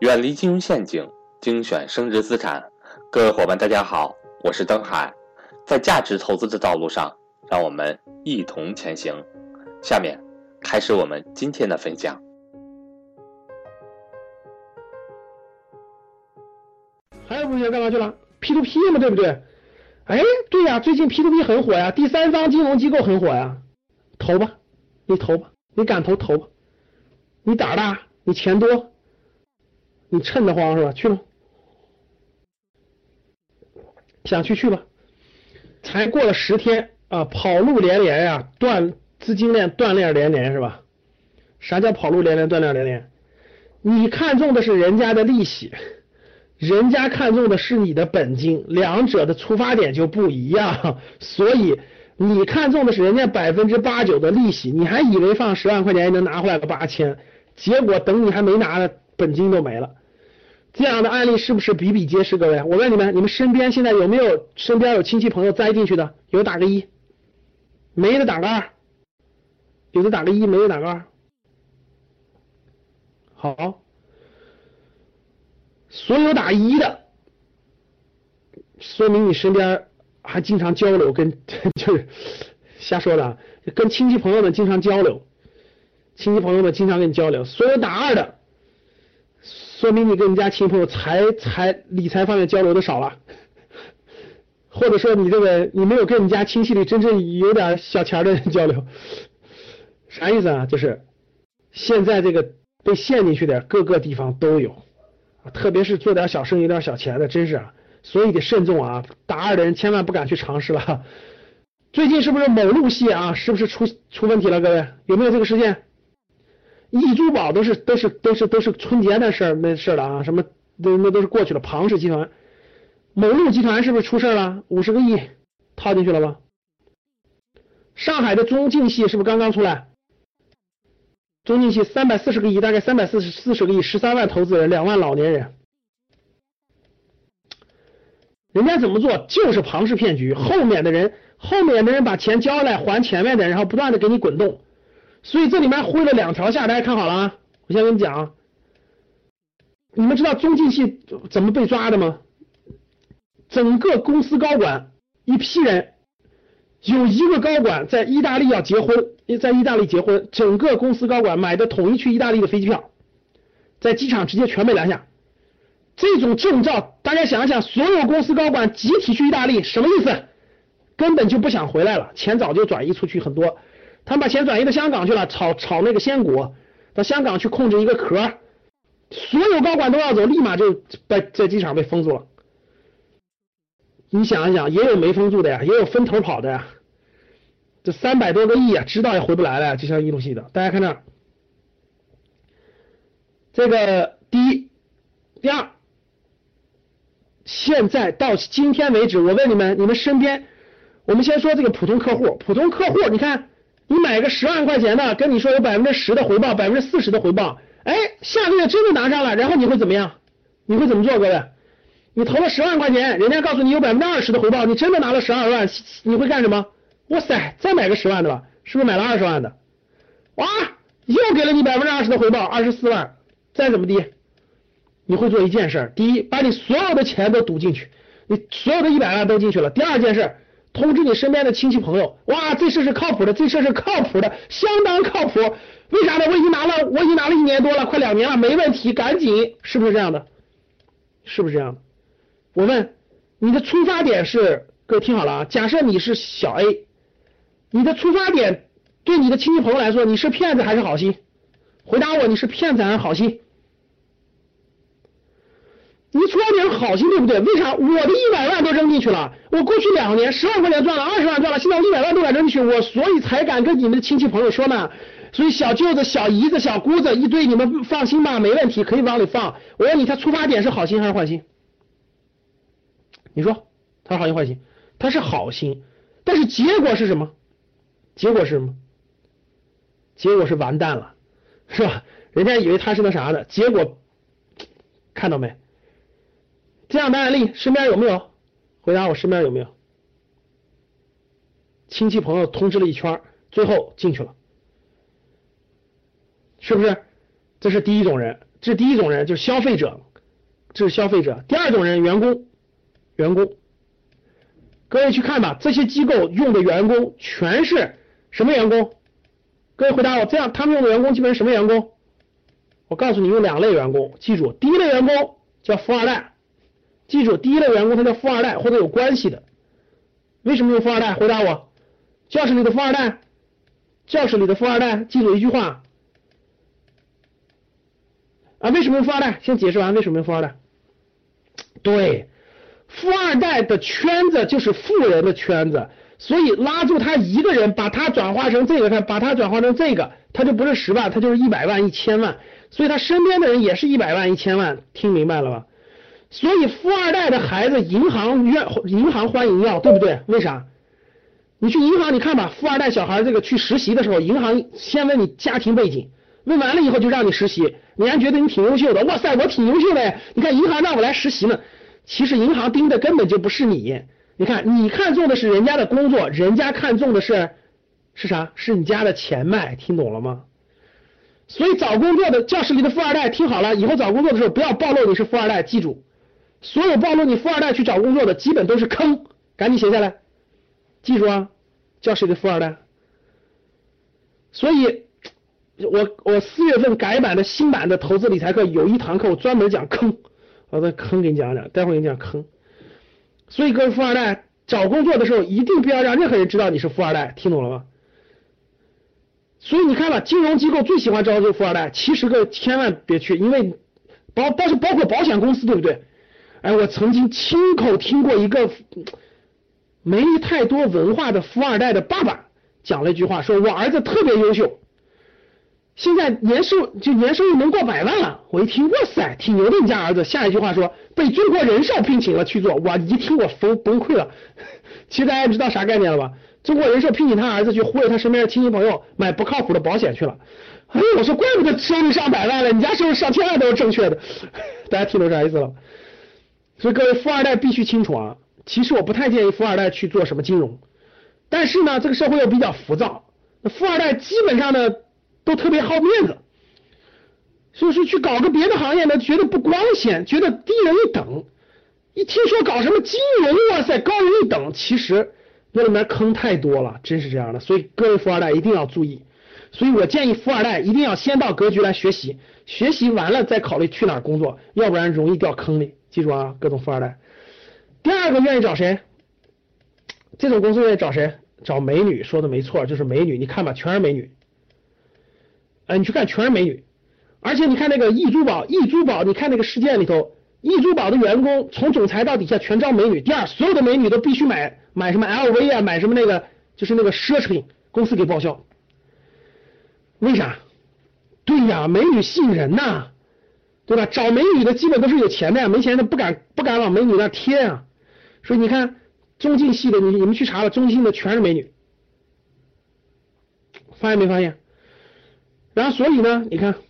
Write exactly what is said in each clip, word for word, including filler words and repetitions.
远离金融陷阱，精选升值资产。各位伙伴大家好，我是登海。在价值投资的道路上，让我们一同前行。下面开始我们今天的分享。 还有同学干嘛去了 ？P to P 嘛，对不对？哎，对呀，最近 P to P 很火呀，第三方金融机构很火呀，投吧，你投吧，你敢投投吧，你胆大，你钱多，你趁得慌是吧？去吧，想去去吧。才过了十天啊，跑路连连呀，断资金链断链连连是吧？啥叫跑路连连断链连连？你看中的是人家的利息，人家看中的是你的本金，两者的出发点就不一样，所以你看中的是人家百分之八九的利息，你还以为放十万块钱能拿回来个八千，结果等你还没拿呢，本金都没了。这样的案例是不是比比皆是？各位，我问你们，你们身边现在有没有身边有亲戚朋友栽进去的？有打个一，没的打个二，有的打个一，没的打个二。好，所有打一的，说明你身边还经常交流，跟就是瞎说的，跟亲戚朋友们经常交流，亲戚朋友们经常跟你交流。所有打二的，说明你跟你家亲戚朋友财财理财方面交流的少了，或者说你这个你没有跟你家亲戚里真正有点小钱的人交流。啥意思啊？就是现在这个被陷进去的各个地方都有，特别是做点小生意有点小钱的，真是啊，所以得慎重啊，打二的人千万不敢去尝试了。最近是不是某路系啊，是不是出出问题了？各位有没有这个事件？易珠宝都是都是都是都是春节的事儿，没事了啊，什么都那都是过去了。庞氏集团、某路集团是不是出事了？五十个亿套进去了吧？上海的中晋系是不是刚刚出来？中晋系三百四十个亿，大概三百四十四十个亿，十三万投资人，两万老年人。人家怎么做？就是庞氏骗局，后面的人后面的人把钱交来还前面的人，然后不断的给你滚动。所以这里面挥了两条线，大家看好了啊！我先跟你讲，你们知道中晋系怎么被抓的吗？整个公司高管一批人，有一个高管在意大利要结婚，在意大利结婚，整个公司高管买的统一去意大利的飞机票，在机场直接全被拦下。这种证照，大家想一想，所有公司高管集体去意大利，什么意思？根本就不想回来了，钱早就转移出去很多。他们把钱转移到香港去了，炒炒那个仙股，到香港去控制一个壳，所有高管都要走，立马就在在机场被封住了。你想一想，也有没封住的呀，也有分头跑的呀。这三百多个亿啊，知道也回不来了，就像一路系的。大家看这儿，这个第一，第二，现在到今天为止，我问你们，你们身边，我们先说这个普通客户，普通客户，你看。你买个十万块钱的，跟你说有百分之十的回报，百分之四十的回报，哎，下个月真的拿上了，然后你会怎么样？你会怎么做？各位，你投了十万块钱，人家告诉你有百分之二十的回报，你真的拿了十二万，你会干什么？哇塞，再买个十万的吧，是不是买了二十万的？哇，又给了你百分之二十的回报，二十四万，再怎么地，你会做一件事，第一，把你所有的钱都赌进去，你所有的一百万都进去了。第二件事。通知你身边的亲戚朋友，哇，这事是靠谱的，这事是靠谱的，相当靠谱。为啥呢？我已经拿了，我已经拿了一年多了，快两年了，没问题，赶紧，是不是这样的？是不是这样的？我问你的出发点是，各位听好了啊，假设你是小 A， 你的出发点对你的亲戚朋友来说，你是骗子还是好心？回答我，你是骗子还是好心？你出发点好心对不对？为啥我的一百万都扔进去了？我过去两年十万块钱赚了，二十万赚了，现在我一百万都敢扔进去，我所以才敢跟你们的亲戚朋友说呢。所以小舅子、小姨子、小姑子一堆，你们放心吧，没问题，可以往里放。我问你，他出发点是好心还是坏心？你说他是好心坏心？他是好心，但是结果是什么？结果是什么？结果是完蛋了，是吧？人家以为他是那啥的，结果看到没？这样的案例身边有没有？回答我，身边有没有？亲戚朋友通知了一圈，最后进去了，是不是？这是第一种人。 这是第一种人，就是消费者，这是消费者。第二种人，员工，员工。各位去看吧，这些机构用的员工全是什么员工？各位回答我，这样他们用的员工基本是什么员工？我告诉你，用两类员工，记住，第一类员工叫富二代，记住，第一类员工他叫富二代或者有关系的。为什么用富二代？回答我，教室里的富二代，教室里的富二代，记住一句话啊，为什么用富二代？先解释完为什么用富二代。对，富二代的圈子就是富人的圈子，所以拉住他一个人，把他转化成这个，看把他转化成这个，他就不是十万，他就是一百万、一千万，所以他身边的人也是一百万、一千万，听明白了吧？所以富二代的孩子，银行愿银行欢迎要，对不对？为啥？你去银行，你看吧，富二代小孩这个去实习的时候，银行先问你家庭背景，问完了以后就让你实习，你还觉得你挺优秀的，哇塞，我挺优秀的，你看银行让我来实习呢。其实银行盯的根本就不是你，你看你看中的是人家的工作，人家看中的是是啥？是你家的钱脉，听懂了吗？所以找工作的教室里的富二代，听好了，以后找工作的时候不要暴露你是富二代，记住，所有暴露你富二代去找工作的基本都是坑，赶紧写下来，记住啊，教室里的富二代。所以我我四月份改版的新版的投资理财课有一堂课我专门讲坑，我在坑给你讲讲，待会儿给你讲坑。所以各位富二代找工作的时候一定不要让任何人知道你是富二代，听懂了吗？所以你看吧，金融机构最喜欢招这个富二代，其实各位千万别去，因为包包括包括保险公司，对不对？哎，我曾经亲口听过一个没太多文化的富二代的爸爸讲了一句话，说我儿子特别优秀，现在年收就年收入能过百万了。我一听，哇塞，挺牛的你家儿子。下一句话说被中国人寿聘请了去做，哇，一听我崩崩溃了。其实大家知道啥概念了吧？中国人寿聘请他儿子去忽悠他身边的亲戚朋友买不靠谱的保险去了。哎，我说怪不得收入上百万了，你家收入上千万都是正确的。大家听懂啥意思了？所以各位富二代必须清楚啊，其实我不太建议富二代去做什么金融，但是呢这个社会又比较浮躁，富二代基本上呢都特别好面子，所以说去搞个别的行业呢觉得不光鲜，觉得低人一等，一听说搞什么金融，哇塞，高人一等，其实那里面坑太多了，真是这样的。所以各位富二代一定要注意，所以我建议富二代一定要先到格局来学习，学习完了再考虑去哪儿工作，要不然容易掉坑里。记住啊，各种富二代。第二个愿意找谁？这种公司愿意找谁？找美女，说的没错，就是美女。你看吧，全是美女。哎，你去看，全是美女。而且你看那个易珠宝，易珠宝，你看那个事件里头，易珠宝的员工从总裁到底下全招美女。第二，所有的美女都必须买买什么 L V 啊，买什么那个就是那个奢侈品，公司给报销。为啥？对呀，美女吸引人呐、啊。对吧？找美女的基本都是有钱的呀，没钱的不敢不敢往美女那贴啊。所以你看中进系的，你你们去查了，中进系的全是美女，发现没发现？然后所以呢，你看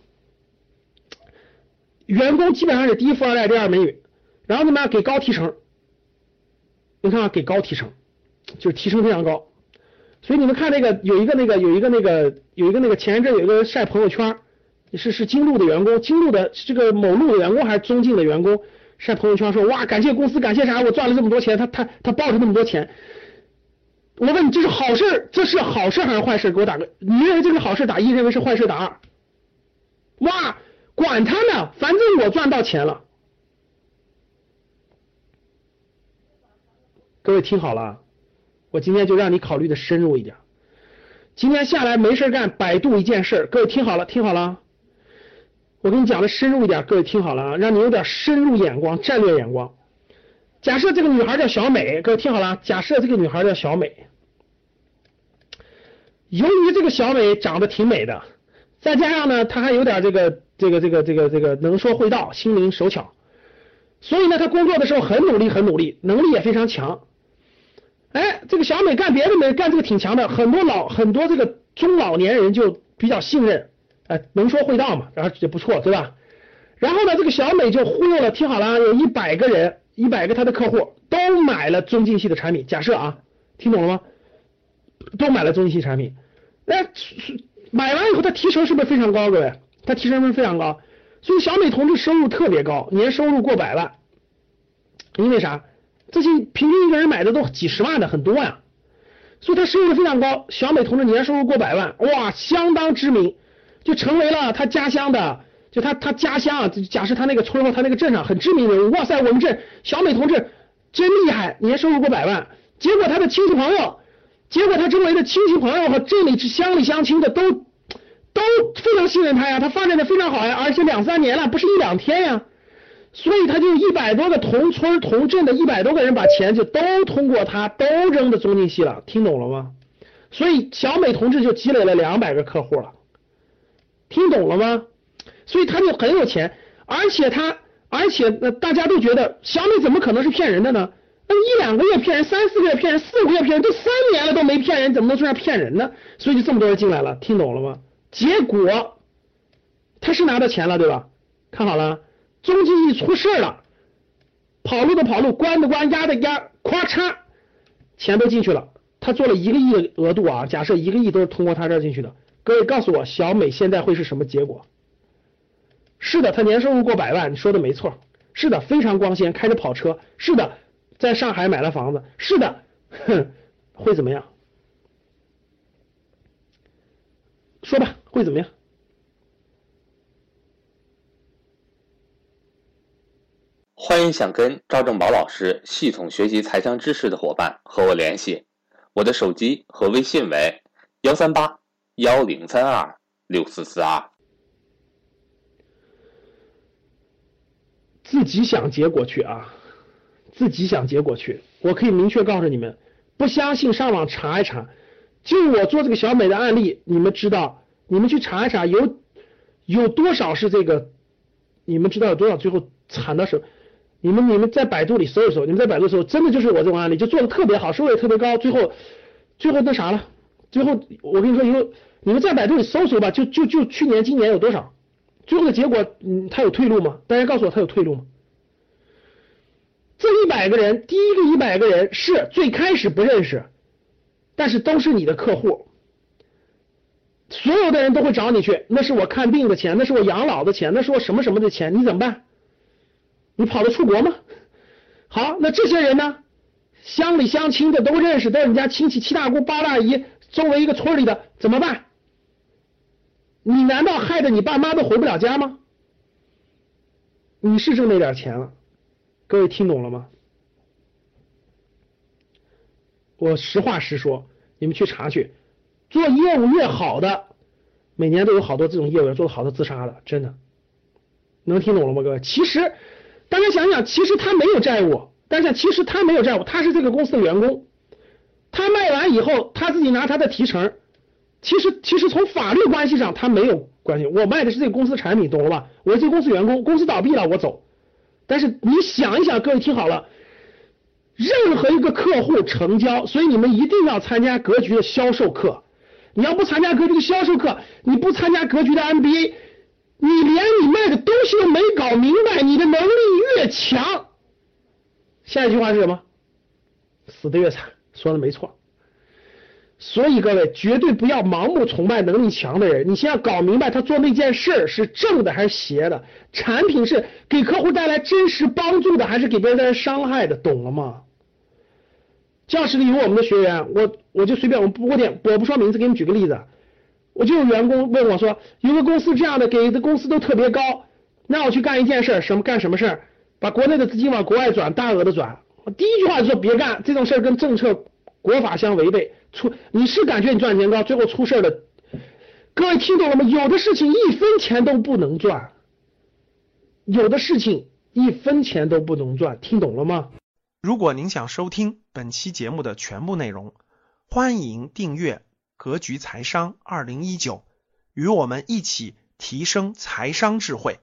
员工基本上是第一富二代，第二美女，然后怎么样给高提成？你看啊，给高提成，就是提成非常高。所以你们看那个有一个那个有一个那个有一个那个前一阵有一个晒朋友圈。是是京路的员工，京路的这个某路的员工还是中进的员工晒朋友圈说，哇，感谢公司，感谢啥，我赚了这么多钱，他他他抱着那么多钱。我问你，这是好事，这是好事还是坏事？给我打个，你认为这是好事打一，认为是坏事打二。哇，管他呢，反正我赚到钱了。各位听好了，我今天就让你考虑的深入一点。今天下来没事干，百度一件事，各位听好了，听好了。我跟你讲的深入一点，各位听好了啊，让你有点深入眼光、战略眼光。假设这个女孩叫小美，各位听好了，假设这个女孩叫小美。由于这个小美长得挺美的，再加上呢，她还有点这个这个这个这个这个能说会道、心灵手巧，所以呢，她工作的时候很努力，很努力，能力也非常强。哎，这个小美干别的没干这个挺强的，很多老很多这个中老年人就比较信任。哎，能说会道嘛，然后也不错，对吧？然后呢，这个小美就忽悠了，听好了，有一百个人，一百个她的客户都买了中进系的产品。假设啊，听懂了吗？都买了中进系产品，那买完以后，她提成是不是非常高？各位，她提成是不是非常高？ 所以小美同志收入特别高，年收入过百万。因为啥？这些平均一个人买的都几十万的，很多呀。所以他收入非常高，小美同志年收入过百万，哇，相当知名，就成为了他家乡的，就他他家乡啊，假设他那个村或他那个镇上很知名人物，哇塞，我们这小美同志真厉害，年收入过百万。结果他的亲戚朋友，结果他周围的亲戚朋友和镇里乡里乡亲的都都非常信任他呀，他发展的非常好呀，而且两三年了，不是一两天呀。所以他就一百多个同村同镇的一百多个人把钱就都通过他都扔到中信系了，听懂了吗？所以小美同志就积累了两百个客户了，听懂了吗？所以他就很有钱，而且他而且、呃、大家都觉得小美怎么可能是骗人的呢？那一两个月骗人，三四个月骗人，四五个月骗人，都三年了都没骗人，怎么能说是骗人呢？所以就这么多人进来了，听懂了吗？结果他是拿到钱了，对吧？看好了，中信一出事了，跑路的跑路，关的关，压的压，咵嚓，钱都进去了。他做了一个亿的额度啊，假设一个亿都是通过他这儿进去的。各位告诉我，小美现在会是什么结果？是的，他年收入过百万，你说的没错。是的，非常光鲜，开着跑车。是的，在上海买了房子。是的，哼，会怎么样？说吧，会怎么样？ 欢迎想跟赵正宝老师系统学习财商知识的伙伴和我联系，我的手机和微信为幺三八幺零三二六四四二。 自己想结果去啊，自己想结果去。我可以明确告诉你们，不相信上网查一查。就我做这个小美的案例，你们知道，你们去查一查，有有多少是这个，你们知道有多少最后惨到什么？你们你们在百度里搜一搜，你们在百度搜，真的就是我这种案例，就做的特别好，收入也特别高，最后最后那啥了，最后我跟你说以后你们在百度里搜搜吧，就就就去年今年有多少，最后的结果，嗯，他有退路吗？大家告诉我他有退路吗？这一百个人，第一个一百个人是最开始不认识，但是都是你的客户，所有的人都会找你去，那是我看病的钱，那是我养老的钱，那是我什么什么的钱，你怎么办？你跑得出国吗？好，那这些人呢？乡里乡亲的都认识，都是你家亲戚，七大姑八大姨，周围一个村里的，怎么办？你难道害得你爸妈都回不了家吗？你是挣那点钱了，各位听懂了吗？我实话实说，你们去查去，做业务越好的，每年都有好多这种业务员做的好的自杀的，真的，能听懂了吗？各位，其实大家想想，其实他没有债务，但是其实他没有债务，他是这个公司的员工，他卖完以后，他自己拿他的提成，其实其实从法律关系上他没有关系，我卖的是这个公司产品，懂了吧？我是这个公司员工，公司倒闭了我走，但是你想一想，各位听好了，任何一个客户成交，所以你们一定要参加格局的销售课，你要不参加格局的销售课，你不参加格局的 M B A，你连你卖的东西都没搞明白，你的能力越强，下一句话是什么？死得越惨，说的没错。所以各位绝对不要盲目崇拜能力强的人，你先要搞明白他做那件事是正的还是邪的，产品是给客户带来真实帮助的还是给别人带来伤害的，懂了吗？教室里有我们的学员，我我就随便我不我点我不说名字，给你们举个例子。我就有员工问我说，有个公司这样的，给的公司都特别高，那我去干一件事，什么干什么事？把国内的资金往国外转，大额的转。我第一句话就说别干这种事，跟政策国法相违背。出你是感觉你赚钱高，最后出事的。各位听懂了吗？有的事情一分钱都不能赚，有的事情一分钱都不能赚，听懂了吗？ 如果您想收听本期节目的全部内容，欢迎订阅格局财商二零一九，与我们一起提升财商智慧。